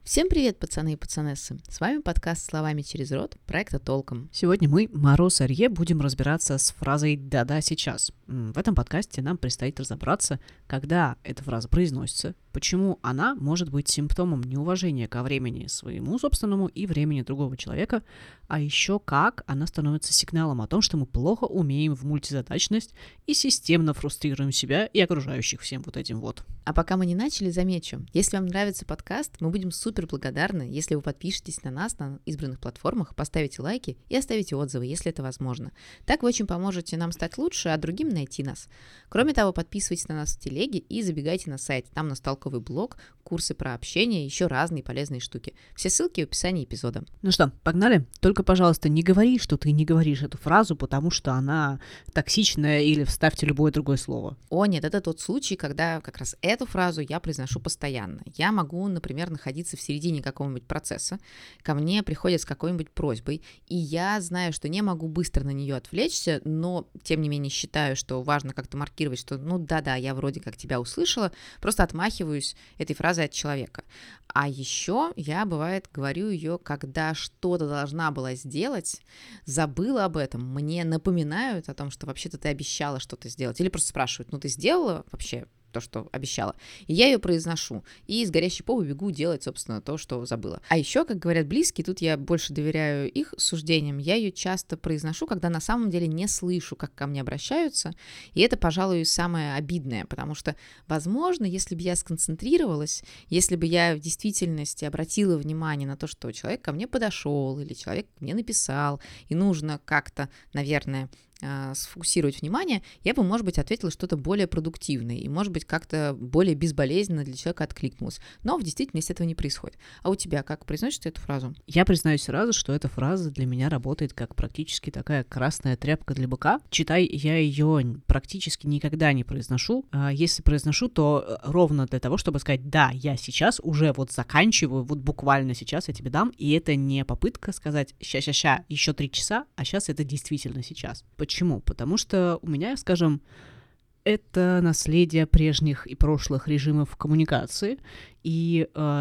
Всем привет, пацаны и пацанессы! С вами подкаст «Словами через рот» проекта «Толком». Сегодня мы, Мороз и Арье, будем разбираться с фразой «да-да, сейчас». В этом подкасте нам предстоит разобраться, когда эта фраза произносится, почему она может быть симптомом неуважения ко времени своему собственному и времени другого человека, а еще как она становится сигналом о том, что мы плохо умеем в мультизадачность и системно фрустрируем себя и окружающих всем вот этим вот. А пока мы не начали, замечу, если вам нравится подкаст, мы будем супер благодарны, если вы подпишетесь на нас на избранных платформах, поставите лайки и оставите отзывы, если это возможно. Так вы очень поможете нам стать лучше, а другим найти нас. Кроме того, подписывайтесь на нас в телеге и забегайте на сайт. Там у нас толковый блог, курсы про общение, еще разные полезные штуки. Все ссылки в описании эпизода. Ну что, погнали? Только, пожалуйста, не говори, что ты не говоришь эту фразу, потому что она токсичная, или вставьте любое другое слово. О, нет, это тот случай, когда как раз эту фразу я произношу постоянно. Я могу, например, находиться в середине какого-нибудь процесса, ко мне приходят с какой-нибудь просьбой, и я знаю, что не могу быстро на нее отвлечься, но, тем не менее, считаю, что важно как-то маркировать, что, ну да-да, я вроде как тебя услышала, просто отмахиваюсь этой фразой от человека. А еще я, бывает, говорю ее, когда что-то должна была сделать, забыла об этом, мне напоминают о том, что вообще-то ты обещала что-то сделать, или просто спрашивают, ну ты сделала вообще то, что обещала. И я ее произношу. И с горящей попой бегу делать, собственно, то, что забыла. А еще, как говорят близкие, тут я больше доверяю их суждениям, я ее часто произношу, когда на самом деле не слышу, как ко мне обращаются. И это, пожалуй, самое обидное, потому что, возможно, если бы я сконцентрировалась, если бы я в действительности обратила внимание на то, что человек ко мне подошел, или человек мне написал, и нужно как-то, наверное, сфокусировать внимание, я бы, может быть, ответила что-то более продуктивное и, может быть, как-то более безболезненно для человека откликнулась. Но в действительности этого не происходит. А у тебя как произносишь ты эту фразу? Я признаюсь сразу, что эта фраза для меня работает как практически такая красная тряпка для быка. Читай, я ее практически никогда не произношу. А если произношу, то ровно для того, чтобы сказать, да, я сейчас уже вот заканчиваю, вот буквально сейчас я тебе дам, и это не попытка сказать ща-ща-ща, еще 3 часа, а сейчас это действительно сейчас. Почему? Потому что у меня, скажем, это наследие прежних и прошлых режимов коммуникации, и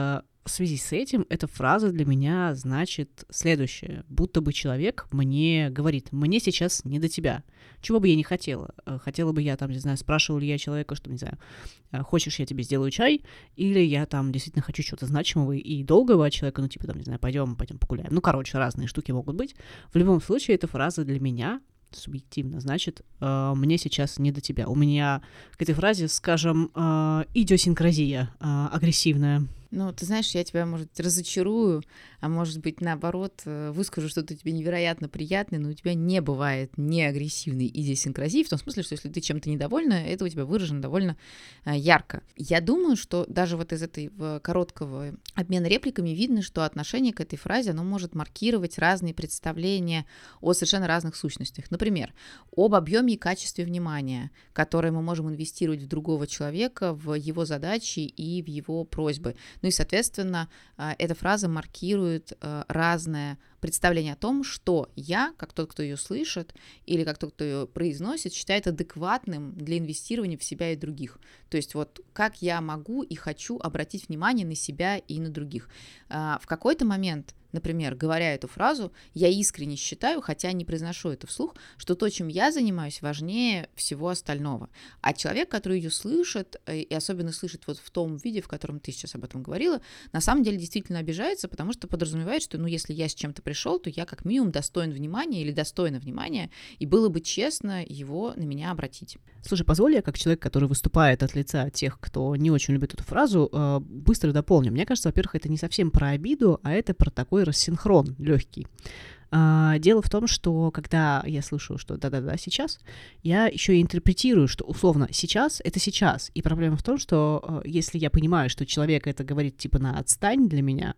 в связи с этим эта фраза для меня значит следующее. Будто бы человек мне говорит, мне сейчас не до тебя. Чего бы я не хотела. Хотела бы я там, не знаю, спрашивала ли я человека, что, не знаю, хочешь, я тебе сделаю чай, или я там действительно хочу чего-то значимого и долгого от человека, ну, типа, там, не знаю, пойдем погуляем. Ну, короче, разные штуки могут быть. В любом случае, эта фраза для меня субъективно, значит, мне сейчас не до тебя. У меня к этой фразе, скажем, идиосинкразия агрессивная. Ну, ты знаешь, я тебя, может быть, разочарую, а может быть, наоборот, выскажу что-то тебе невероятно приятное, но у тебя не бывает неагрессивной идиосинкразии, в том смысле, что если ты чем-то недовольна, это у тебя выражено довольно ярко. Я думаю, что даже вот из этого короткого обмена репликами видно, что отношение к этой фразе, оно может маркировать разные представления о совершенно разных сущностях. Например, об объеме и качестве внимания, которое мы можем инвестировать в другого человека, в его задачи и в его просьбы. Ну и, соответственно, эта фраза маркирует разное представление о том, что я, как тот, кто ее слышит, или как тот, кто ее произносит, считает адекватным для инвестирования в себя и других. То есть вот как я могу и хочу обратить внимание на себя и на других. В какой-то момент, например, говоря эту фразу, я искренне считаю, хотя не произношу это вслух, что то, чем я занимаюсь, важнее всего остального. А человек, который ее слышит, и особенно слышит вот в том виде, в котором ты сейчас об этом говорила, на самом деле действительно обижается, потому что подразумевает, что, ну, если я с чем-то пришел, то я как минимум достоин внимания или достойна внимания, и было бы честно его на меня обратить. Слушай, позволь я, как человек, который выступает от лица тех, кто не очень любит эту фразу, быстро дополню. Мне кажется, во-первых, это не совсем про обиду, а это про такой рассинхрон легкий. Дело в том, что когда я слышу, что да-да-да, сейчас, я еще и интерпретирую, что условно сейчас — это сейчас. И проблема в том, что если я понимаю, что человек это говорит типа на «отстань» для меня,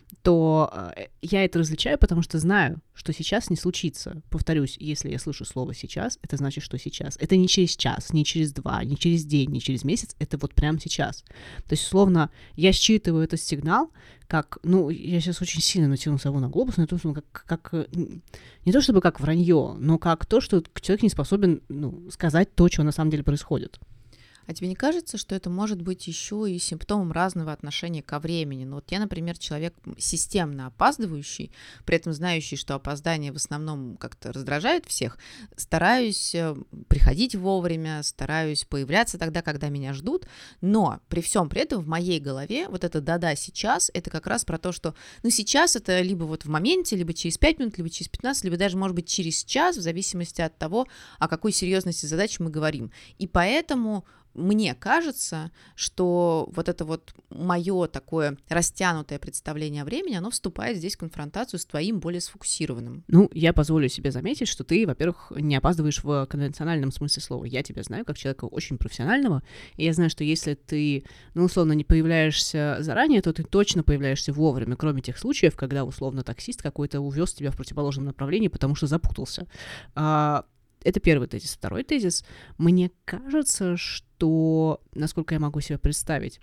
то я это различаю, потому что знаю, что сейчас не случится. Повторюсь, если я слышу слово «сейчас», это значит, что сейчас. Это не через час, не через 2, не через день, не через месяц, это вот прямо сейчас. То есть, условно, я считываю этот сигнал как, ну, я сейчас очень сильно натяну сову на глобус, но это как не то чтобы как вранье, но как то, что человек не способен, ну, сказать то, что на самом деле происходит. А тебе не кажется, что это может быть еще и симптомом разного отношения ко времени? Ну вот я, например, человек системно опаздывающий, при этом знающий, что опоздание в основном как-то раздражает всех, стараюсь приходить вовремя, стараюсь появляться тогда, когда меня ждут, но при всем при этом в моей голове вот это «да-да, сейчас» — это как раз про то, что ну сейчас это либо вот в моменте, либо через 5 минут, либо через 15, либо даже, может быть, через час, в зависимости от того, о какой серьезности задач мы говорим. И поэтому мне кажется, что вот это вот мое такое растянутое представление о времени, оно вступает здесь в конфронтацию с твоим более сфокусированным. Ну, я позволю себе заметить, что ты, во-первых, не опаздываешь в конвенциональном смысле слова. Я тебя знаю как человека очень профессионального, и я знаю, что если ты, ну, условно, не появляешься заранее, то ты точно появляешься вовремя, кроме тех случаев, когда, условно, таксист какой-то увез тебя в противоположном направлении, потому что запутался. Это первый тезис. Второй тезис. Мне кажется, что, насколько я могу себе представить,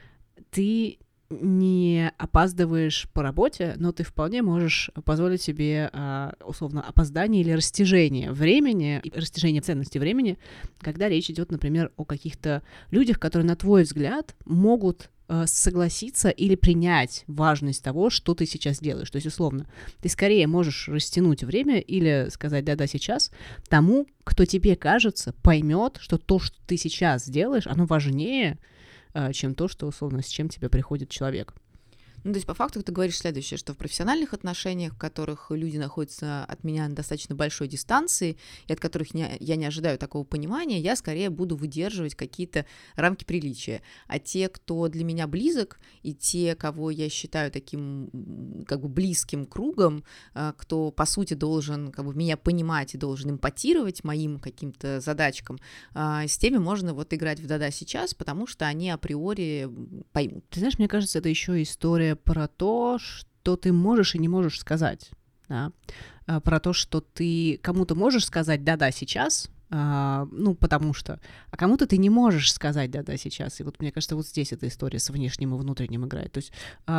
ты не опаздываешь по работе, но ты вполне можешь позволить себе, условно, опоздание или растяжение времени, растяжение ценности времени, когда речь идет, например, о каких-то людях, которые, на твой взгляд, могут согласиться или принять важность того, что ты сейчас делаешь. То есть, условно, ты скорее можешь растянуть время или сказать «да-да, сейчас» тому, кто тебе кажется, поймет, что то, что ты сейчас делаешь, оно важнее, чем то, что, условно, с чем тебе приходит человек. Ну, то есть, по факту, ты говоришь следующее, что в профессиональных отношениях, в которых люди находятся от меня на достаточно большой дистанции, и от которых я не ожидаю такого понимания, я скорее буду выдерживать какие-то рамки приличия. А те, кто для меня близок, и те, кого я считаю таким, как бы, близким кругом, кто, по сути, должен, как бы, меня понимать и должен импотировать моим каким-то задачкам, с теми можно вот играть в «да-да, сейчас», потому что они априори поймут. Ты знаешь, мне кажется, это еще история про то, что ты можешь и не можешь сказать, да? Про то, что ты кому-то можешь сказать «да-да, сейчас», ну, потому что, а кому-то ты не можешь сказать «да-да, сейчас». И вот мне кажется, вот здесь эта история с внешним и внутренним играет. То есть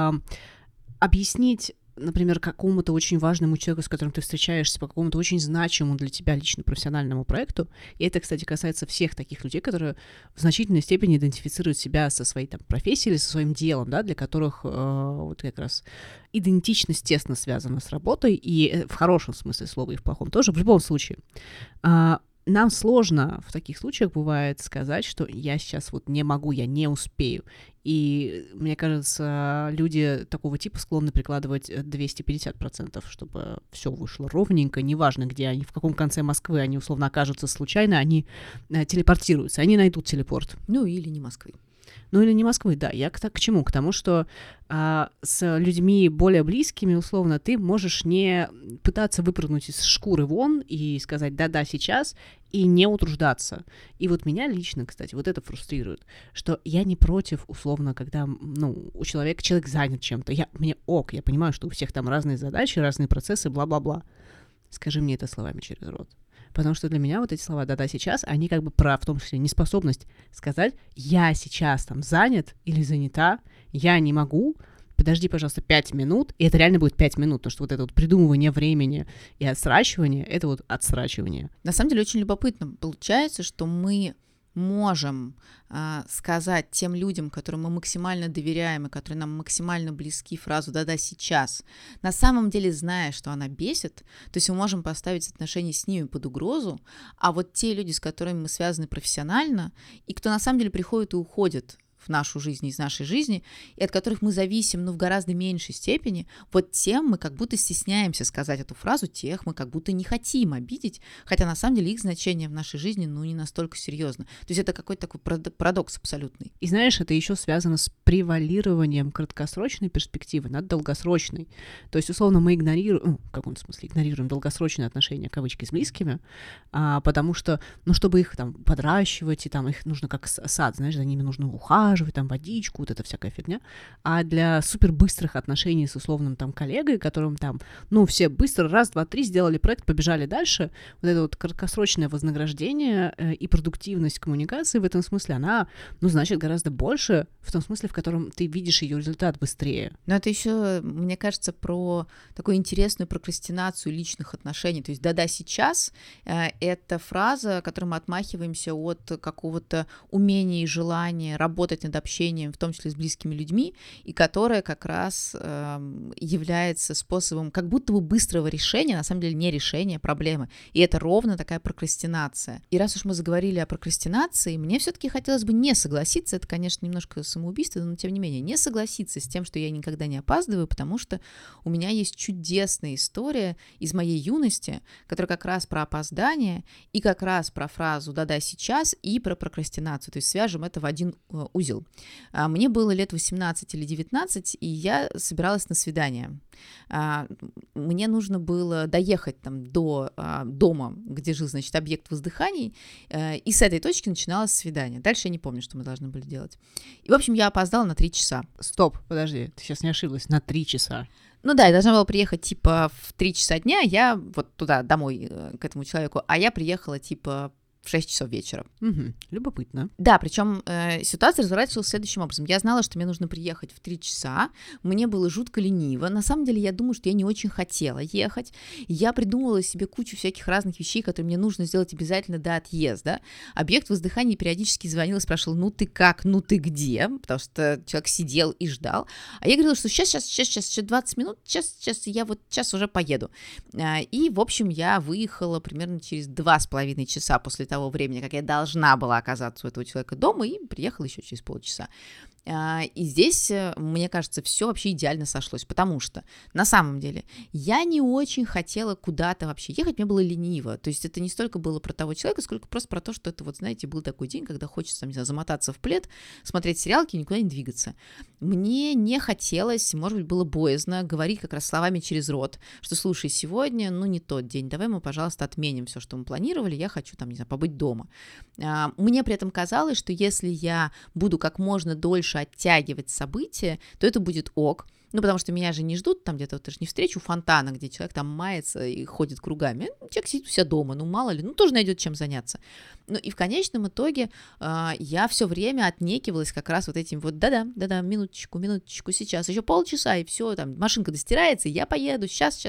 объяснить, например, какому-то очень важному человеку, с которым ты встречаешься, по какому-то очень значимому для тебя лично профессиональному проекту, и это, кстати, касается всех таких людей, которые в значительной степени идентифицируют себя со своей там профессией или со своим делом, да, для которых вот как раз идентичность тесно связана с работой, и в хорошем смысле слова, и в плохом тоже, в любом случае. Нам сложно в таких случаях бывает сказать, что я сейчас вот не могу, я не успею. И, мне кажется, люди такого типа склонны прикладывать 250%, чтобы все вышло ровненько, неважно, где они, в каком конце Москвы они условно окажутся случайно, они телепортируются, они найдут телепорт. Ну, или не Москвы. Ну, или не Москвы, да. Я к чему? К тому, что с людьми более близкими, условно, ты можешь не пытаться выпрыгнуть из шкуры вон и сказать «да-да, сейчас», и не утруждаться. И вот меня лично, кстати, вот это фрустрирует, что я не против, условно, когда, ну, у человек занят чем-то. Мне ок, я понимаю, что у всех там разные задачи, разные процессы, бла-бла-бла. Скажи мне это словами через рот. Потому что для меня вот эти слова «да-да, сейчас», они как бы про, в том числе, неспособность сказать «я сейчас там занят или занята, я не могу, подожди, пожалуйста, 5 минут», и это реально будет 5 минут, потому что вот это вот придумывание времени и отсрачивание — это вот отсрачивание. На самом деле очень любопытно получается, что мы можем сказать тем людям, которым мы максимально доверяем и которые нам максимально близки, фразу «да-да, сейчас», на самом деле зная, что она бесит, то есть мы можем поставить отношения с ними под угрозу, а вот те люди, с которыми мы связаны профессионально, и кто на самом деле приходит и уходит в нашу жизнь, из нашей жизни, и от которых мы зависим, но в гораздо меньшей степени, вот тем мы как будто стесняемся сказать эту фразу, тех мы как будто не хотим обидеть, хотя на самом деле их значение в нашей жизни, ну, не настолько серьезно. То есть это какой-то такой парадокс абсолютный. И знаешь, это еще связано с превалированием краткосрочной перспективы над долгосрочной. То есть, условно, мы игнорируем, в каком-то смысле игнорируем долгосрочные отношения, кавычки, с близкими, потому что, ну, чтобы их там подращивать, и там их нужно как сад, знаешь, за ними нужно ухаживать, ухаживать, там, водичку, вот эта всякая фигня. А для супербыстрых отношений с условным там коллегой, которым там, ну, все быстро, раз, два, три, сделали проект, побежали дальше, вот это вот краткосрочное вознаграждение и продуктивность коммуникации в этом смысле, она, ну, значит, гораздо больше в том смысле, в котором ты видишь ее результат быстрее. Но это еще, мне кажется, про такую интересную прокрастинацию личных отношений. То есть «да-да, сейчас» — это фраза, которой мы отмахиваемся от какого-то умения и желания работать над общением, в том числе с близкими людьми, и которая как раз является способом как будто бы быстрого решения, на самом деле не решения проблемы. И это ровно такая прокрастинация. И раз уж мы заговорили о прокрастинации, мне все-таки хотелось бы не согласиться, это, конечно, немножко самоубийство, но тем не менее, не согласиться с тем, что я никогда не опаздываю, потому что у меня есть чудесная история из моей юности, которая как раз про опоздание и как раз про фразу «да-да, сейчас» и про прокрастинацию. То есть свяжем это в один узел. Мне было лет 18 или 19, и я собиралась на свидание. Мне нужно было доехать там до дома, где жил, значит, объект воздыханий, и с этой точки начиналось свидание. Дальше я не помню, что мы должны были делать. И, в общем, я опоздала на 3 часа. Стоп, подожди, ты сейчас не ошиблась, на 3 часа. Ну да, я должна была приехать, типа, в 3 часа дня, я вот туда, домой, к этому человеку, а я приехала, типа, в 6 часов вечера. Угу, любопытно. Да, причем ситуация разворачивалась следующим образом. Я знала, что мне нужно приехать в 3 часа, мне было жутко лениво. На самом деле, я думаю, что я не очень хотела ехать. Я придумала себе кучу всяких разных вещей, которые мне нужно сделать обязательно до отъезда. Объект воздыхания периодически звонил и спрашивал: ну ты как, ну ты где? Потому что человек сидел и ждал. А я говорила, что сейчас, еще 20 минут, сейчас я вот сейчас уже поеду. И, в общем, я выехала примерно через 2,5 часа после того времени, как я должна была оказаться у этого человека дома, и приехала еще через полчаса. И здесь, мне кажется, все вообще идеально сошлось, потому что на самом деле я не очень хотела куда-то вообще ехать, мне было лениво. То есть это не столько было про того человека, сколько просто про то, что это вот, знаете, был такой день, когда хочется, не знаю, замотаться в плед, смотреть сериалки и никуда не двигаться. Мне не хотелось, может быть, было боязно говорить как раз словами через рот, что, слушай, сегодня, ну, не тот день, давай мы, пожалуйста, отменим все, что мы планировали, я хочу, там, не знаю, побыть дома. Мне при этом казалось, что если я буду как можно дольше оттягивать события, то это будет ок. Ну, потому что меня же не ждут там где-то, вот, же не встречу фонтана, где человек там мается и ходит кругами. Человек сидит у себя дома, ну, мало ли, ну, тоже найдет чем заняться. Ну, и в конечном итоге я все время отнекивалась как раз вот этим вот, да-да, минуточку, сейчас, еще полчаса, и все, там, машинка достирается, и я поеду, сейчас.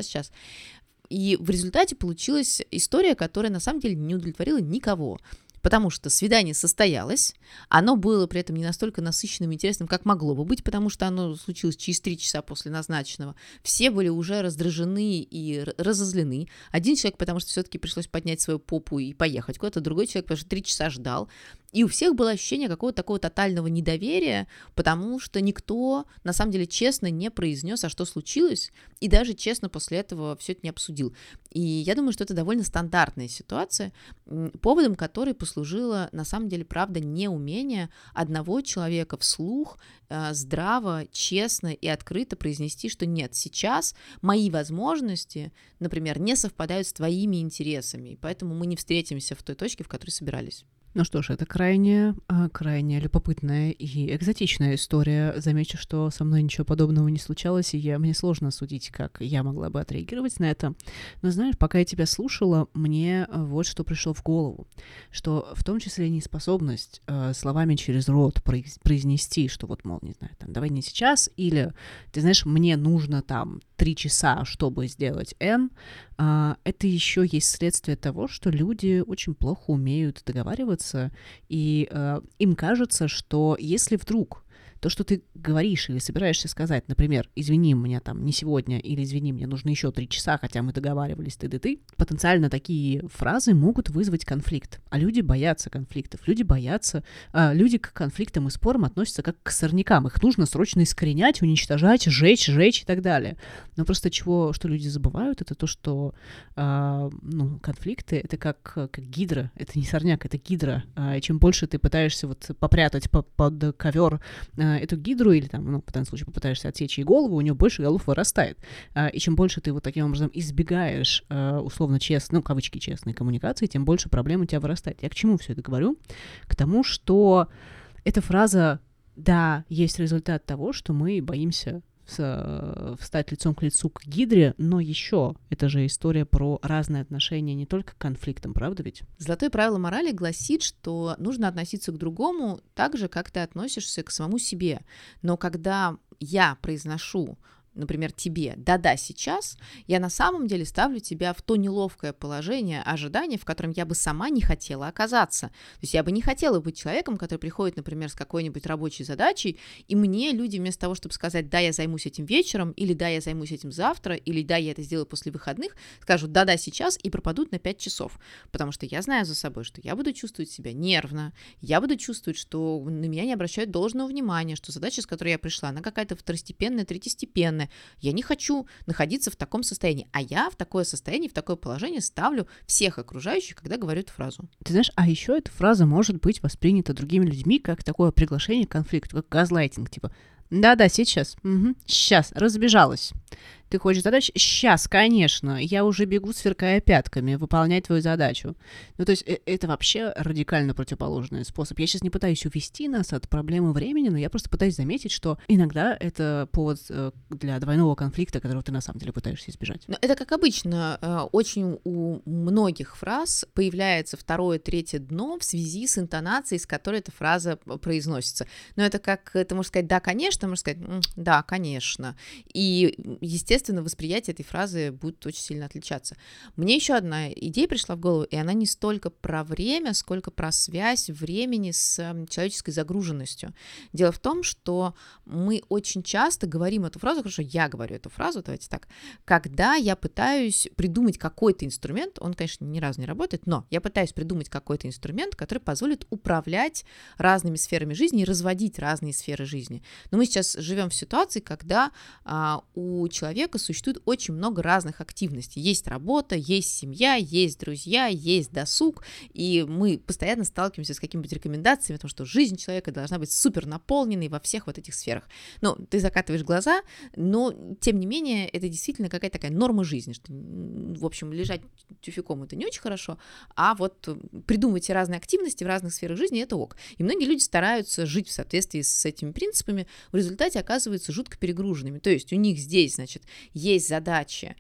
И в результате получилась история, которая на самом деле не удовлетворила никого. Потому что свидание состоялось, оно было при этом не настолько насыщенным и интересным, как могло бы быть, потому что оно случилось через 3 часа после назначенного. Все были уже раздражены и разозлены. Один человек, потому что все-таки пришлось поднять свою попу и поехать куда-то, другой человек, потому что 3 часа ждал. И у всех было ощущение какого-то такого тотального недоверия, потому что никто, на самом деле, честно не произнес, а что случилось, и даже честно после этого все это не обсудил. И я думаю, что это довольно стандартная ситуация, поводом которой послужило, на самом деле, правда, неумение одного человека вслух здраво, честно и открыто произнести, что нет, сейчас мои возможности, например, не совпадают с твоими интересами, и поэтому мы не встретимся в той точке, в которой собирались. Ну что ж, это крайне любопытная и экзотичная история. Замечу, что со мной ничего подобного не случалось, и мне сложно судить, как я могла бы отреагировать на это. Но знаешь, пока я тебя слушала, мне вот что пришло в голову, что в том числе неспособность словами через рот произнести, что вот, мол, не знаю, там, давай не сейчас, или, ты знаешь, мне нужно там 3 часа, чтобы сделать N, это еще есть следствие того, что люди очень плохо умеют договариваться, и им кажется, что если вдруг то, что ты говоришь или собираешься сказать, например, извини, мне там не сегодня, или извини, мне нужно еще 3 часа, хотя мы договаривались, ты, потенциально такие фразы могут вызвать конфликт. А люди боятся конфликтов, люди к конфликтам и спорам относятся как к сорнякам. Их нужно срочно искоренять, уничтожать, жечь и так далее. Но просто что люди забывают, это то, что конфликты — это как гидра, это не сорняк, это гидра. И чем больше ты пытаешься вот попрятать под ковер эту гидру, или там, в данном случае попытаешься отсечь ей голову, у нее больше голов вырастает. И чем больше ты вот таким образом избегаешь условно честно, кавычки честной коммуникации, тем больше проблем у тебя вырастает. Я к чему все это говорю? К тому, что эта фраза Да, есть результат того, что мы боимся встать лицом к лицу к гидре, но еще это же история про разные отношения не только к конфликтам, правда ведь? Золотое правило морали гласит, что нужно относиться к другому так же, как ты относишься к самому себе. Но когда я произношу, например, тебе «да-да, сейчас», я на самом деле ставлю тебя в то неловкое положение ожидания, в котором я бы сама не хотела оказаться. То есть я бы не хотела быть человеком, который приходит, например, с какой-нибудь рабочей задачей, и мне люди вместо того, чтобы сказать «да, я займусь этим вечером», или «да, я займусь этим завтра», или «да, я это сделаю после выходных», скажут «да-да, сейчас» и пропадут на 5 часов. Потому что я знаю за собой, что я буду чувствовать себя нервно, я буду чувствовать, что на меня не обращают должного внимания, что задача, с которой я пришла, она какая-то второстепенная, третьестепенная. Я не хочу находиться в таком состоянии. А я в такое состояние, в такое положение ставлю всех окружающих, когда говорю эту фразу. Ты знаешь, а еще эта фраза может быть воспринята другими людьми как такое приглашение к конфликту, как газлайтинг, типа «да-да, сейчас, сейчас, разбежалась». Ты хочешь задачу? Сейчас, конечно. Я уже бегу, сверкая пятками, выполнять твою задачу. Ну, то есть это вообще радикально противоположный способ. Я сейчас не пытаюсь увести нас от проблемы времени, но я просто пытаюсь заметить, что иногда это повод для двойного конфликта, которого ты на самом деле пытаешься избежать. Но это как обычно. Очень у многих фраз появляется второе, третье дно в связи с интонацией, с которой эта фраза произносится. Но это как, ты можешь сказать «да, конечно», можешь сказать «да, конечно». И, естественно, восприятие этой фразы будет очень сильно отличаться. Мне еще одна идея пришла в голову, и она не столько про время, сколько про связь времени с человеческой загруженностью. Дело в том, что мы очень часто говорим эту фразу, хорошо, я говорю эту фразу, давайте так, когда я пытаюсь придумать какой-то инструмент, он, конечно, ни разу не работает, но я пытаюсь придумать какой-то инструмент, который позволит управлять разными сферами жизни и разводить разные сферы жизни. Но мы сейчас живем в ситуации, когда у человека существует очень много разных активностей. Есть работа, есть семья, есть друзья, есть досуг, и мы постоянно сталкиваемся с какими-нибудь рекомендациями о том, что жизнь человека должна быть супер наполненной во всех вот этих сферах. Ну, ты закатываешь глаза, но, тем не менее, это действительно какая-то такая норма жизни, что, в общем, лежать тюфяком — это не очень хорошо, а вот придумывать разные активности в разных сферах жизни — это ок. И многие люди стараются жить в соответствии с этими принципами, в результате оказываются жутко перегруженными. То есть у них здесь, значит, есть задачи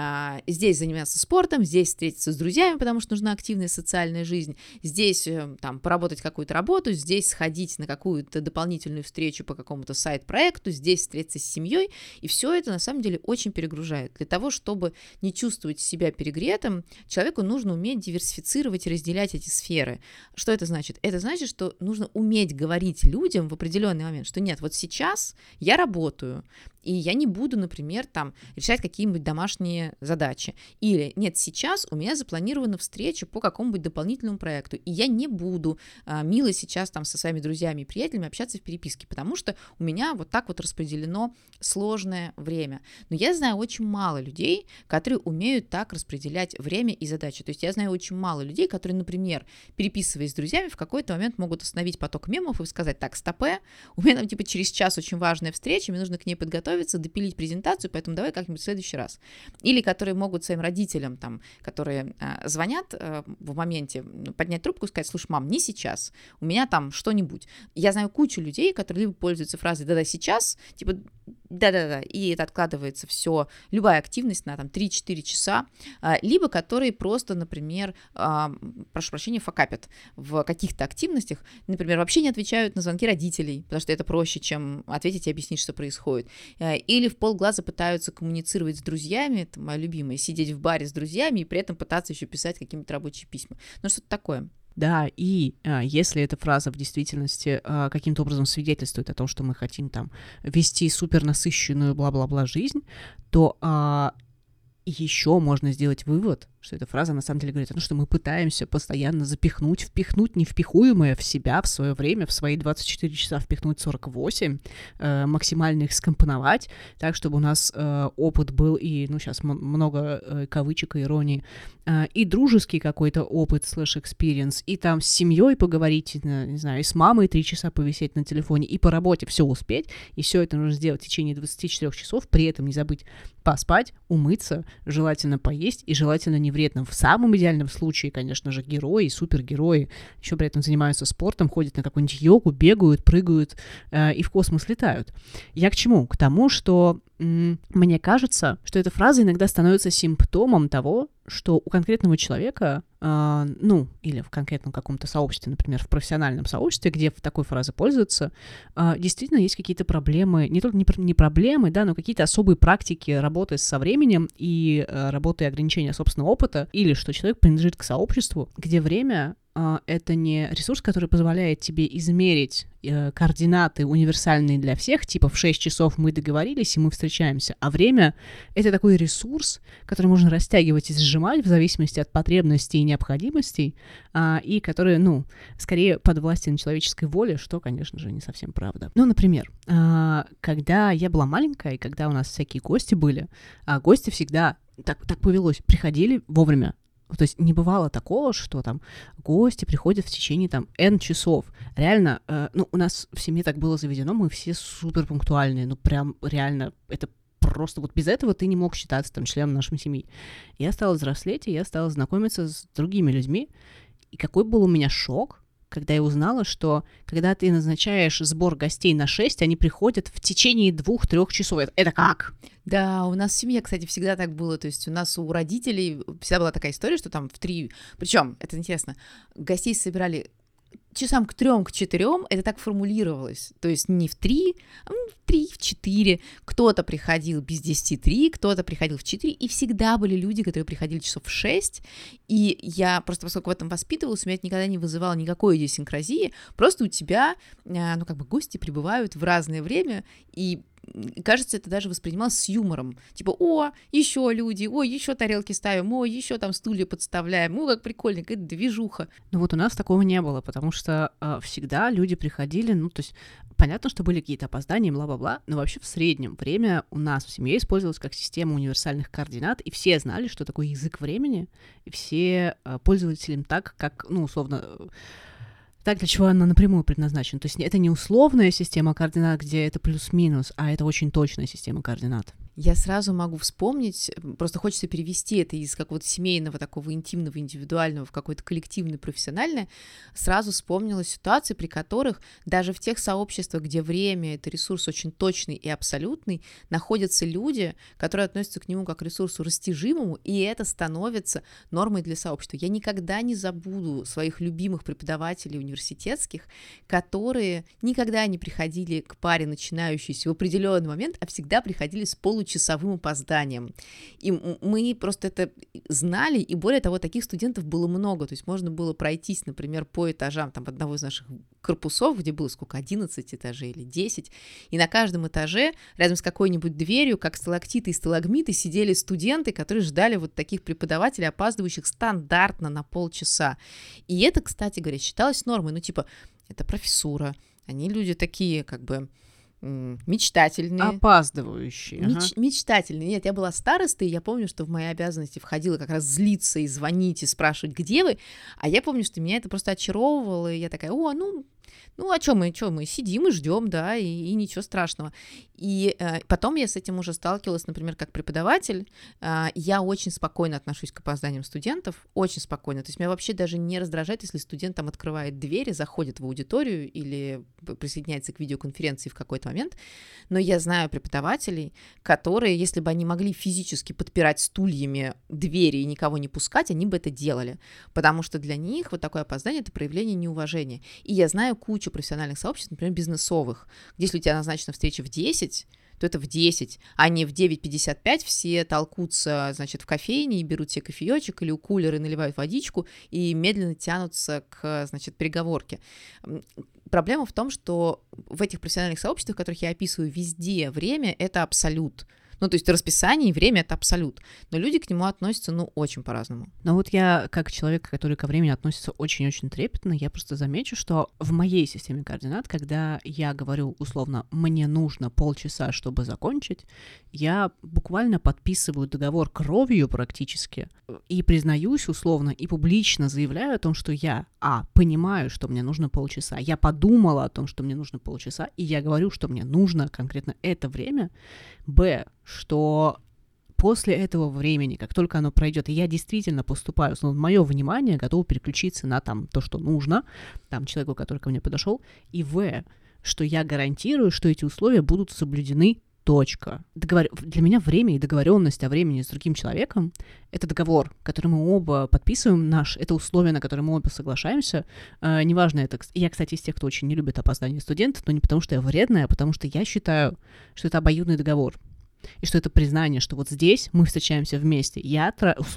здесь заниматься спортом, здесь встретиться с друзьями, потому что нужна активная социальная жизнь, здесь там поработать какую-то работу, здесь сходить на какую-то дополнительную встречу по какому-то сайт-проекту, здесь встретиться с семьей, и все это на самом деле очень перегружает. Для того, чтобы не чувствовать себя перегретым, человеку нужно уметь диверсифицировать и разделять эти сферы. Что это значит? Это значит, что нужно уметь говорить людям в определенный момент, что нет, вот сейчас я работаю, и я не буду, например, там решать какие-нибудь домашние задачи. Или нет, сейчас у меня запланирована встреча по какому-нибудь дополнительному проекту, и я не буду мило сейчас там со своими друзьями и приятелями общаться в переписке, потому что у меня вот так вот распределено сложное время. Но я знаю очень мало людей, которые умеют так распределять время и задачи. То есть я знаю очень мало людей, которые, например, переписываясь с друзьями, в какой-то момент могут остановить поток мемов и сказать: так, стопэ, у меня там типа через час очень важная встреча, мне нужно к ней подготовиться, допилить презентацию, поэтому давай как-нибудь в следующий раз. Или которые могут своим родителям, там, которые звонят в моменте, поднять трубку и сказать: слушай, мам, не сейчас, у меня там что-нибудь. Я знаю кучу людей, которые либо пользуются фразой «да-да, сейчас», типа да-да-да, и это откладывается все, любая активность на там 3-4 часа, либо которые просто, например, прошу прощения, факапят в каких-то активностях, например, вообще не отвечают на звонки родителей, потому что это проще, чем ответить и объяснить, что происходит, или в полглаза пытаются коммуницировать с друзьями, это моя любимая, сидеть в баре с друзьями и при этом пытаться еще писать какие-нибудь рабочие письма, ну что-то такое. Да, и если эта фраза в действительности каким-то образом свидетельствует о том, что мы хотим там вести супернасыщенную бла-бла-бла жизнь, то еще можно сделать вывод, что эта фраза на самом деле говорит о том, что мы пытаемся постоянно впихнуть невпихуемое в себя, в свое время, в свои 24 часа впихнуть 48, максимально их скомпоновать, так, чтобы у нас опыт был, и, ну, сейчас много кавычек и иронии, и дружеский какой-то опыт /experience, и там с семьей поговорить, не знаю, и с мамой 3 часа повисеть на телефоне, и по работе все успеть, и все это нужно сделать в течение 24 часов, при этом не забыть поспать, умыться, желательно поесть, и желательно не не вредно. В самом идеальном случае, конечно же, герои, супергерои еще при этом занимаются спортом, ходят на какую-нибудь йогу, бегают, прыгают и в космос летают. Я к чему? К тому, что мне кажется, что эта фраза иногда становится симптомом того, что у конкретного человека, или в конкретном каком-то сообществе, например, в профессиональном сообществе, где такой фразой пользуются, действительно есть какие-то проблемы, не только не проблемы, да, но какие-то особые практики работы со временем и работы и ограничения собственного опыта, или что человек принадлежит к сообществу, где время это не ресурс, который позволяет тебе измерить координаты универсальные для всех, типа в 6 часов мы договорились и мы встречаемся, а время — это такой ресурс, который можно растягивать и сжимать в зависимости от потребностей и необходимостей, и который, скорее подвластен человеческой воле, что, конечно же, не совсем правда. Например, когда я была маленькая, и когда у нас всякие гости были, гости всегда, так повелось, приходили вовремя. То есть не бывало такого, что там гости приходят в течение N часов. Реально, у нас в семье так было заведено, мы все супер пунктуальные, прям реально, это просто вот без этого ты не мог считаться членом нашей семьи. Я стала взрослеть, и я стала знакомиться с другими людьми, и какой был у меня шок, когда я узнала, что когда ты назначаешь сбор гостей на 6, они приходят в течение 2-3 часов. Это как? Да, у нас в семье, кстати, всегда так было. То есть у нас у родителей всегда была такая история, что в 3... Причем, это интересно, гостей собирали часам к 3-4, это так формулировалось. То есть не в 3, а в 3, в 4. Кто-то приходил без 10:03, кто-то приходил в 4, и всегда были люди, которые приходили часов в 6. И я просто, поскольку в этом воспитывалась, у меня это никогда не вызывало никакой идиосинкразии. Просто у тебя, гости прибывают в разное время, и кажется, это даже воспринималось с юмором. Типа, еще люди, еще тарелки ставим, еще стулья подставляем, как прикольно, какая-то движуха. У нас такого не было, потому что всегда люди приходили, то есть понятно, что были какие-то опоздания, бла-бла-бла, но вообще в среднем время у нас в семье использовалось как система универсальных координат, и все знали, что такое язык времени, и все пользовались им так, как, условно... Так, для чего она напрямую предназначена. То есть это не условная система координат, где это плюс-минус, а это очень точная система координат. Я сразу могу вспомнить, просто хочется перевести это из какого-то семейного, такого интимного, индивидуального в какое-то коллективное, профессиональное. Сразу вспомнила ситуации, при которых даже в тех сообществах, где время — это ресурс очень точный и абсолютный, находятся люди, которые относятся к нему как к ресурсу растяжимому, и это становится нормой для сообщества. Я никогда не забуду своих любимых преподавателей университетских, которые никогда не приходили к паре начинающейся в определенный момент, а всегда приходили с получасовым опозданием. И мы просто это знали, и более того, таких студентов было много. То есть можно было пройтись, например, по этажам одного из наших корпусов, где было 11 этажей или 10, и на каждом этаже рядом с какой-нибудь дверью, как сталактиты и сталагмиты, сидели студенты, которые ждали вот таких преподавателей, опаздывающих стандартно на полчаса. И это, кстати говоря, считалось нормой. Это профессура, они люди такие, мечтательные. Опаздывающие. Мечтательные. Нет, я была старостой, и я помню, что в мои обязанности входило как раз злиться и звонить, и спрашивать, где вы, а я помню, что меня это просто очаровывало, и я такая, а что мы сидим и ждем, да, и ничего страшного. И потом я с этим уже сталкивалась, например, как преподаватель. Я очень спокойно отношусь к опозданиям студентов, очень спокойно. То есть меня вообще даже не раздражает, если студент открывает двери, заходит в аудиторию или присоединяется к видеоконференции в какой-то момент. Но я знаю преподавателей, которые, если бы они могли физически подпирать стульями двери и никого не пускать, они бы это делали. Потому что для них вот такое опоздание — это проявление неуважения. И я знаю кучу профессиональных сообществ, например, бизнесовых, где если у тебя назначена встреча в 10, то это в 10, а не в 9:55 все толкутся, в кофейне и берут себе кофеечек или у кулера наливают водичку и медленно тянутся к, переговорке. Проблема в том, что в этих профессиональных сообществах, которых я описываю, везде время — это абсолют. То есть расписание и время — это абсолют. Но люди к нему относятся, очень по-разному. Но вот я, как человек, который ко времени относится очень-очень трепетно, я просто замечу, что в моей системе координат, когда я говорю условно «мне нужно полчаса, чтобы закончить», я буквально подписываю договор кровью практически и признаюсь условно и публично заявляю о том, что я, понимаю, что мне нужно полчаса, я подумала о том, что мне нужно полчаса, и я говорю, что мне нужно конкретно это время, что после этого времени, как только оно пройдет, и я действительно поступаю, мое внимание готово переключиться на там то, что нужно, там человеку, который ко мне подошел, и что я гарантирую, что эти условия будут соблюдены. Точка. Для меня время и договоренность о времени с другим человеком — это договор, который мы оба подписываем, это условие, на которое мы оба соглашаемся. Неважно это... Я, кстати, из тех, кто очень не любит опоздание студентов, но не потому, что я вредная, а потому что я считаю, что это обоюдный договор. И что это признание, что вот здесь мы встречаемся вместе. Я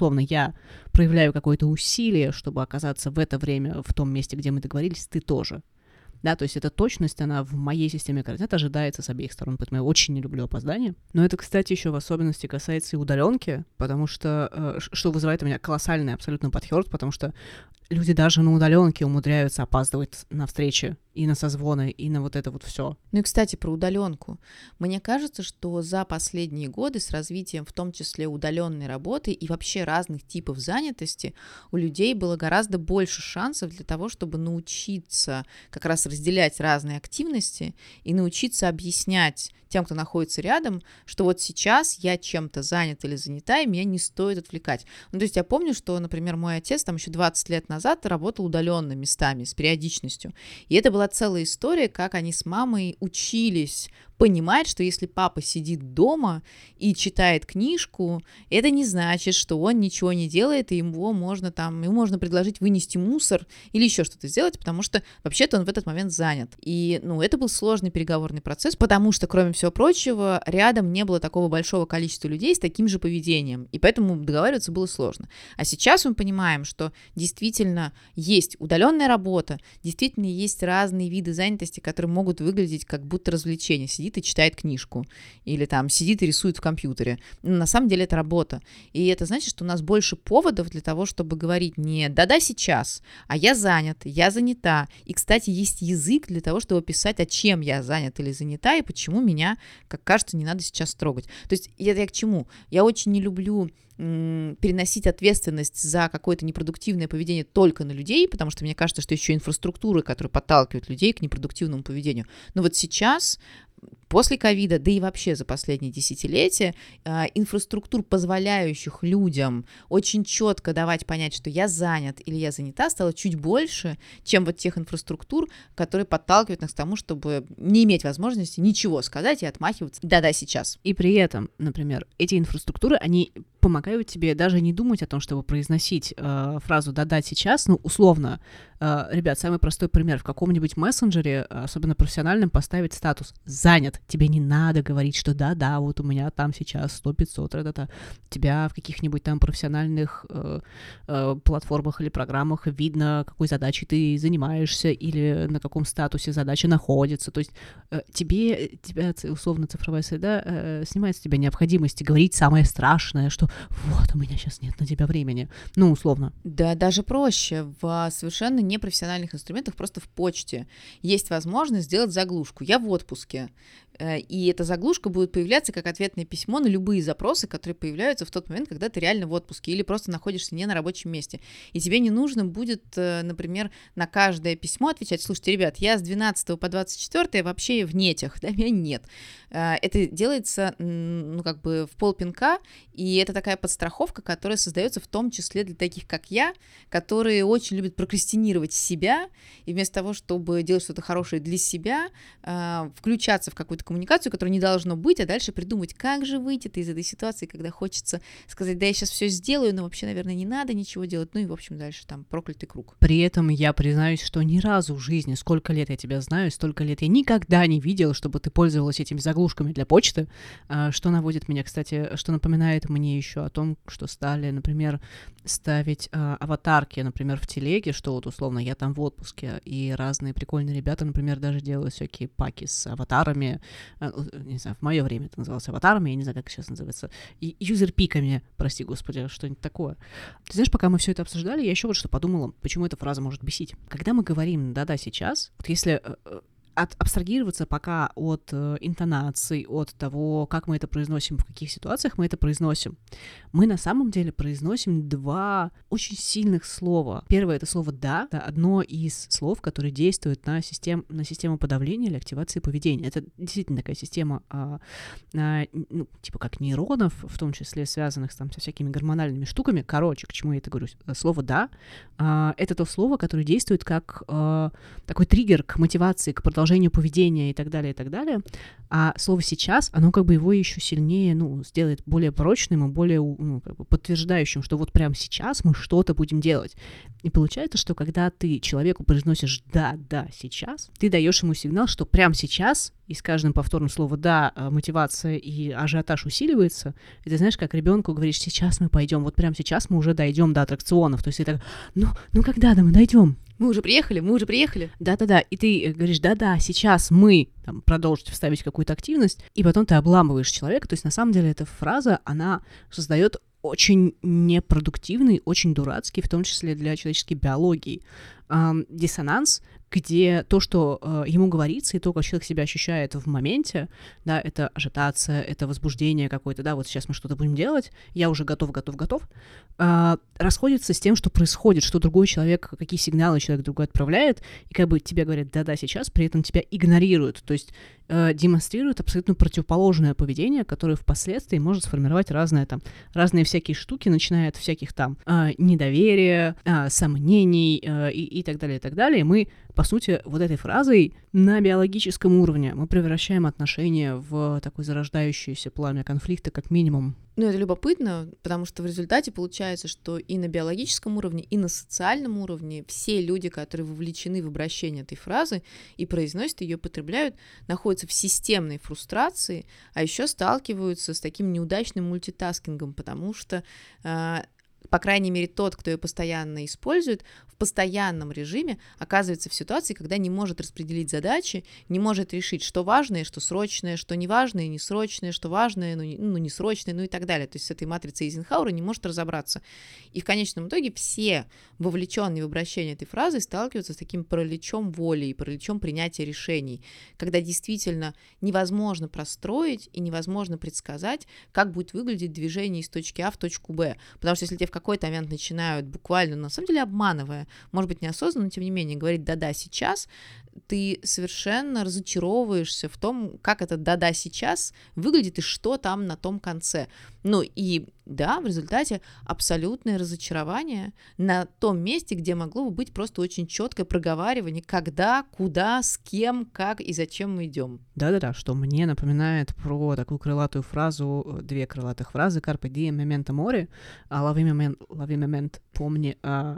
проявляю какое-то усилие, чтобы оказаться в это время в том месте, где мы договорились, ты тоже. Да, то есть эта точность, она в моей системе координат ожидается с обеих сторон, поэтому я очень не люблю опоздание. Но это, кстати, еще в особенности касается и удаленки, потому что, что вызывает у меня колоссальный абсолютно подхёрт, потому что люди даже на удаленке умудряются опаздывать на встречи и на созвоны, и на вот это вот все. Ну и, кстати, про удаленку. Мне кажется, что за последние годы с развитием, в том числе удаленной работы и вообще разных типов занятости, у людей было гораздо больше шансов для того, чтобы научиться как раз разделять разные активности и научиться объяснять тем, кто находится рядом, что вот сейчас я чем-то занят или занята, и меня не стоит отвлекать. Ну, то есть я помню, что, например, мой отец там еще 20 лет назад работал удаленно местами, с периодичностью. И это была целая история, как они с мамой учились понимать, что если папа сидит дома и читает книжку, это не значит, что он ничего не делает, и ему можно предложить вынести мусор или еще что-то сделать, потому что вообще-то он в этот момент занят. И, это был сложный переговорный процесс, потому что, кроме всего прочего, рядом не было такого большого количества людей с таким же поведением, и поэтому договариваться было сложно. А сейчас мы понимаем, что действительно есть удаленная работа, действительно есть разные виды занятости, которые могут выглядеть как будто развлечение. Сидит и читает книжку, или там сидит и рисует в компьютере. Но на самом деле это работа. И это значит, что у нас больше поводов для того, чтобы говорить не «да-да, сейчас», а «я занят», «я занята». И, кстати, есть язык для того, чтобы писать, а чем я занят или занята, и почему меня, как кажется, не надо сейчас трогать. То есть это я к чему? Я очень не люблю переносить ответственность за какое-то непродуктивное поведение только на людей, потому что мне кажется, что еще инфраструктуры, которые подталкивают людей к непродуктивному поведению. Но вот сейчас, после ковида, да и вообще за последние десятилетия, инфраструктур, позволяющих людям очень четко давать понять, что я занят или я занята, стало чуть больше, чем вот тех инфраструктур, которые подталкивают нас к тому, чтобы не иметь возможности ничего сказать и отмахиваться «да-да, сейчас». И при этом, например, эти инфраструктуры, они помогают тебе даже не думать о том, чтобы произносить фразу «да-да, сейчас», условно. Ребят, самый простой пример. В каком-нибудь мессенджере, особенно профессиональном, поставить статус «занят». Тебе не надо говорить, что да-да, вот у меня там сейчас 100-500, та-та-та. Тебя в каких-нибудь там профессиональных платформах или программах видно, какой задачей ты занимаешься или на каком статусе задача находится. То есть тебя условно цифровая среда снимает с тебя необходимости говорить самое страшное, что вот, у меня сейчас нет на тебя времени. Условно. Да, даже проще. В совершенно непрофессиональных инструментах, просто в почте, есть возможность сделать заглушку. Я в отпуске. И эта заглушка будет появляться как ответное письмо на любые запросы, которые появляются в тот момент, когда ты реально в отпуске или просто находишься не на рабочем месте. И тебе не нужно будет, например, на каждое письмо отвечать: слушайте, ребят, я с 12 по 24 вообще в нетях, да, меня нет. Это делается, в полпинка, и это такая подстраховка, которая создается в том числе для таких, как я, которые очень любят прокрастинировать себя, и вместо того, чтобы делать что-то хорошее для себя, включаться в какую-то коммуникацию, которая не должно быть, а дальше придумать, как же выйти из этой ситуации, когда хочется сказать: да, я сейчас все сделаю, но вообще, наверное, не надо ничего делать, и, в общем, дальше там проклятый круг. При этом я признаюсь, что ни разу в жизни, сколько лет я тебя знаю, столько лет я никогда не видела, чтобы ты пользовалась этими заглушками для почты, что наводит меня, кстати, что напоминает мне еще о том, что стали, например, ставить аватарки, например, в телеге, что вот условно я там в отпуске, и разные прикольные ребята, например, даже делают всякие паки с аватарами, не знаю, в мое время это называлось аватарами, я не знаю, как сейчас называется, и юзерпиками, прости господи, что-нибудь такое. Ты знаешь, пока мы все это обсуждали, я еще вот что подумала, почему эта фраза может бесить. Когда мы говорим «да-да, сейчас», вот если абстрагироваться пока от интонаций, от того, как мы это произносим, в каких ситуациях мы это произносим. Мы на самом деле произносим два очень сильных слова. Первое — это слово «да». Это одно из слов, которое действует на систему подавления или активации поведения. Это действительно такая система, типа как нейронов, в том числе связанных там со всякими гормональными штуками. Короче, к чему я это говорю? Слово «да» — это то слово, которое действует как такой триггер к мотивации, к продолжению поведения и так далее, и так далее. А слово «сейчас», оно как бы его еще сильнее, сделает более прочным и более как бы подтверждающим, что вот прямо сейчас мы что-то будем делать. И получается, что когда ты человеку произносишь «да, сейчас», ты даешь ему сигнал, что прямо сейчас, и с каждым повторным словом «да» мотивация и ажиотаж усиливается, и ты знаешь, как ребенку говоришь: сейчас мы пойдем, вот прямо сейчас мы уже дойдем до аттракционов. То есть ты так: ну когда мы дойдем? Мы уже приехали. Да-да-да, и ты говоришь: да-да, сейчас мы продолжить вставить какую-то активность, и потом ты обламываешь человека. То есть на самом деле эта фраза, она создает очень непродуктивный, очень дурацкий, в том числе для человеческой биологии, диссонанс, где то, что ему говорится, и то, как человек себя ощущает в моменте, да, это ажитация, это возбуждение какое-то, да, вот сейчас мы что-то будем делать, я уже готов, расходится с тем, что происходит, что другой человек, какие сигналы человек другой отправляет, и как бы тебе говорят «да-да, сейчас», при этом тебя игнорируют, то есть демонстрируют абсолютно противоположное поведение, которое впоследствии может сформировать разные всякие штуки, начиная от всяких недоверия, сомнений и так далее, и так далее. И мы, по сути, вот этой фразой на биологическом уровне мы превращаем отношения в такое зарождающееся пламя конфликта, как минимум. Это любопытно, потому что в результате получается, что и на биологическом уровне, и на социальном уровне все люди, которые вовлечены в обращение этой фразы и произносят ее, потребляют, находятся в системной фрустрации, а еще сталкиваются с таким неудачным мультитаскингом, потому что по крайней мере, тот, кто ее постоянно использует, в постоянном режиме оказывается в ситуации, когда не может распределить задачи, не может решить, что важное, что срочное, что неважное, не срочное, что важное, не срочное, и так далее. То есть с этой матрицей Эйзенхауэра не может разобраться. И в конечном итоге все вовлеченные в обращение этой фразы сталкиваются с таким параличом воли и параличом принятия решений, когда действительно невозможно простроить и невозможно предсказать, как будет выглядеть движение из точки А в точку Б. Потому что если тебе в какой-то момент начинают буквально, на самом деле обманывая, может быть, неосознанно, но тем не менее, говорить «да-да, сейчас», ты совершенно разочаровываешься в том, как это «да-да, сейчас» выглядит и что там на том конце. И да, в результате абсолютное разочарование на том месте, где могло бы быть просто очень четкое проговаривание, когда, куда, с кем, как и зачем мы идем. Да-да-да, что мне напоминает про такую крылатую фразу, две крылатых фразы: «Carpe diem, memento mori», лови момент, помни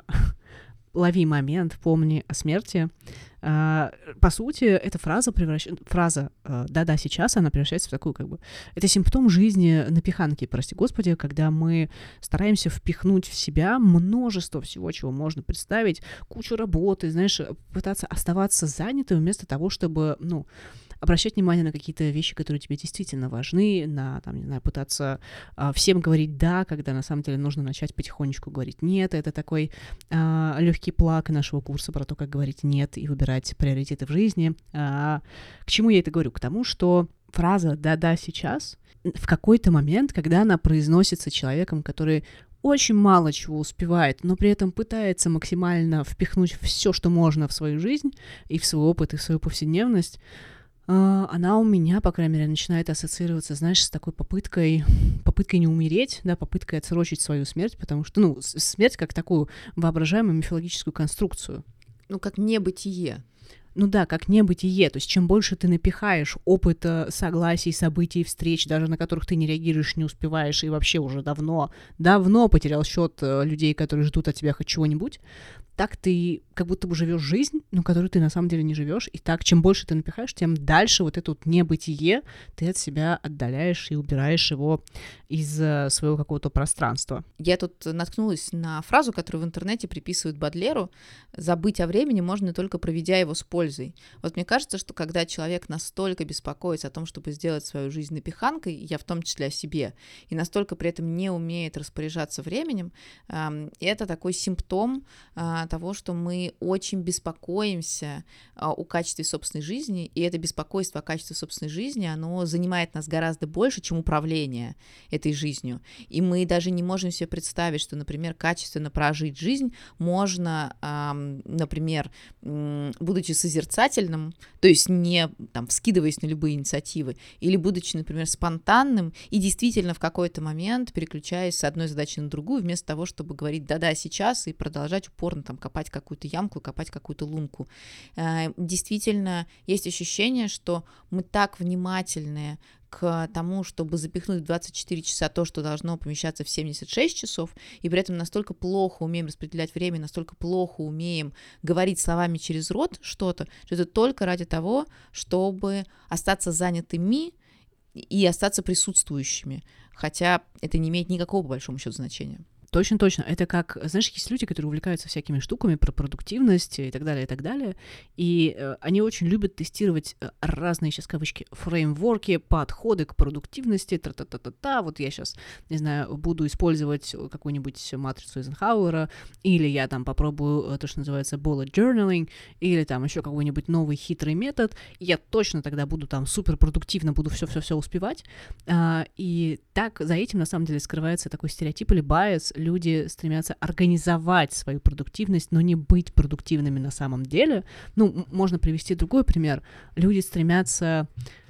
лови момент, помни о смерти. По сути, эта фраза «да-да, сейчас», она превращается в такую, это симптом жизни напиханки, прости господи, когда мы стараемся впихнуть в себя множество всего, чего можно представить, кучу работы, знаешь, пытаться оставаться занятым вместо того, чтобы, обращать внимание на какие-то вещи, которые тебе действительно важны, пытаться всем говорить «да», когда на самом деле нужно начать потихонечку говорить «нет». Это такой легкий плак нашего курса про то, как говорить «нет» и выбирать приоритеты в жизни. К чему я это говорю? К тому, что фраза «да-да, сейчас» в какой-то момент, когда она произносится человеком, который очень мало чего успевает, но при этом пытается максимально впихнуть все, что можно в свою жизнь и в свой опыт, и в свою повседневность, она у меня, по крайней мере, начинает ассоциироваться, знаешь, с такой попыткой не умереть, да, попыткой отсрочить свою смерть, потому что, смерть как такую воображаемую мифологическую конструкцию. Как небытие. Как небытие. То есть чем больше ты напихаешь опыта, согласий, событий, встреч, даже на которых ты не реагируешь, не успеваешь, и вообще уже давно потерял счет людей, которые ждут от тебя хоть чего-нибудь, так ты как будто бы живешь жизнь, которую ты на самом деле не живешь. И так, чем больше ты напихаешь, тем дальше вот это небытие ты от себя отдаляешь и убираешь его из своего какого-то пространства. Я тут наткнулась на фразу, которую в интернете приписывают Бодлеру: «Забыть о времени можно только проведя его с пользой». пользой. Вот мне кажется, что когда человек настолько беспокоится о том, чтобы сделать свою жизнь напиханкой, я в том числе о себе, и настолько при этом не умеет распоряжаться временем, это такой симптом того, что мы очень беспокоимся о качестве собственной жизни, и это беспокойство о качестве собственной жизни, оно занимает нас гораздо больше, чем управление этой жизнью. И мы даже не можем себе представить, что, например, качественно прожить жизнь можно, например, будучи созерцательным, то есть не там, вскидываясь на любые инициативы, или будучи, например, спонтанным и действительно в какой-то момент переключаясь с одной задачи на другую, вместо того, чтобы говорить «да-да, сейчас» и продолжать упорно там, копать какую-то ямку, копать какую-то лунку. Действительно, есть ощущение, что мы так внимательны к тому, чтобы запихнуть в 24 часа то, что должно помещаться в 76 часов, и при этом настолько плохо умеем распределять время, настолько плохо умеем говорить словами через рот что-то, что это только ради того, чтобы остаться занятыми и остаться присутствующими, хотя это не имеет никакого, по большому счету, значения. Точно. Это как, знаешь, есть люди, которые увлекаются всякими штуками про продуктивность и так далее, и они очень любят тестировать разные, сейчас кавычки, фреймворки, подходы к продуктивности, тра-та-та-та-та, вот я сейчас, не знаю, буду использовать какую-нибудь матрицу Эйзенхауэра, или я там попробую то, что называется bullet journaling, или там еще какой-нибудь новый хитрый метод, и я точно тогда буду там суперпродуктивно, буду все успевать, и так за этим, на самом деле, скрывается такой стереотип или байс. Люди стремятся организовать свою продуктивность, но не быть продуктивными на самом деле. Ну, можно привести другой пример. Люди стремятся,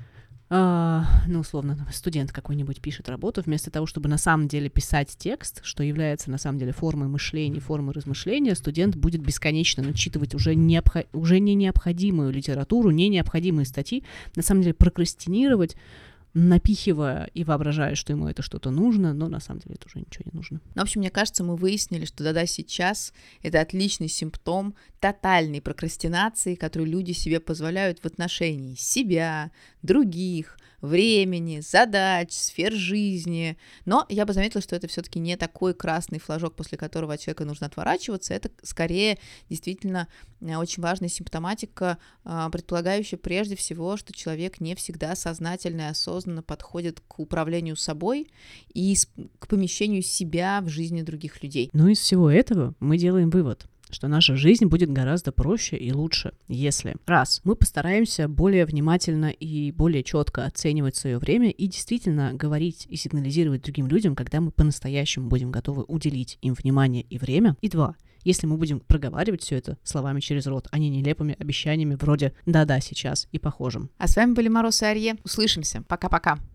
условно, студент какой-нибудь пишет работу, вместо того, чтобы на самом деле писать текст, что является на самом деле формой мышления, формой размышления, студент будет бесконечно начитывать уже не необходимую литературу, не необходимые статьи, на самом деле прокрастинировать, напихивая и воображая, что ему это что-то нужно, но на самом деле это уже ничего не нужно. В общем, мне кажется, мы выяснили, что да-да, сейчас это отличный симптом тотальной прокрастинации, которую люди себе позволяют в отношении себя, других, времени, задач, сфер жизни. Но я бы заметила, что это все-таки не такой красный флажок, после которого от человека нужно отворачиваться. Это скорее действительно очень важная симптоматика, предполагающая прежде всего, что человек не всегда сознательно и осознанно подходит к управлению собой и к помещению себя в жизни других людей. Но из всего этого мы делаем вывод, что наша жизнь будет гораздо проще и лучше, если, раз, мы постараемся более внимательно и более четко оценивать свое время и действительно говорить и сигнализировать другим людям, когда мы по-настоящему будем готовы уделить им внимание и время, и два, если мы будем проговаривать все это словами через рот, а не нелепыми обещаниями вроде «да-да, сейчас» и похожим. А с вами были Мороз и Арье. Услышимся. Пока-пока.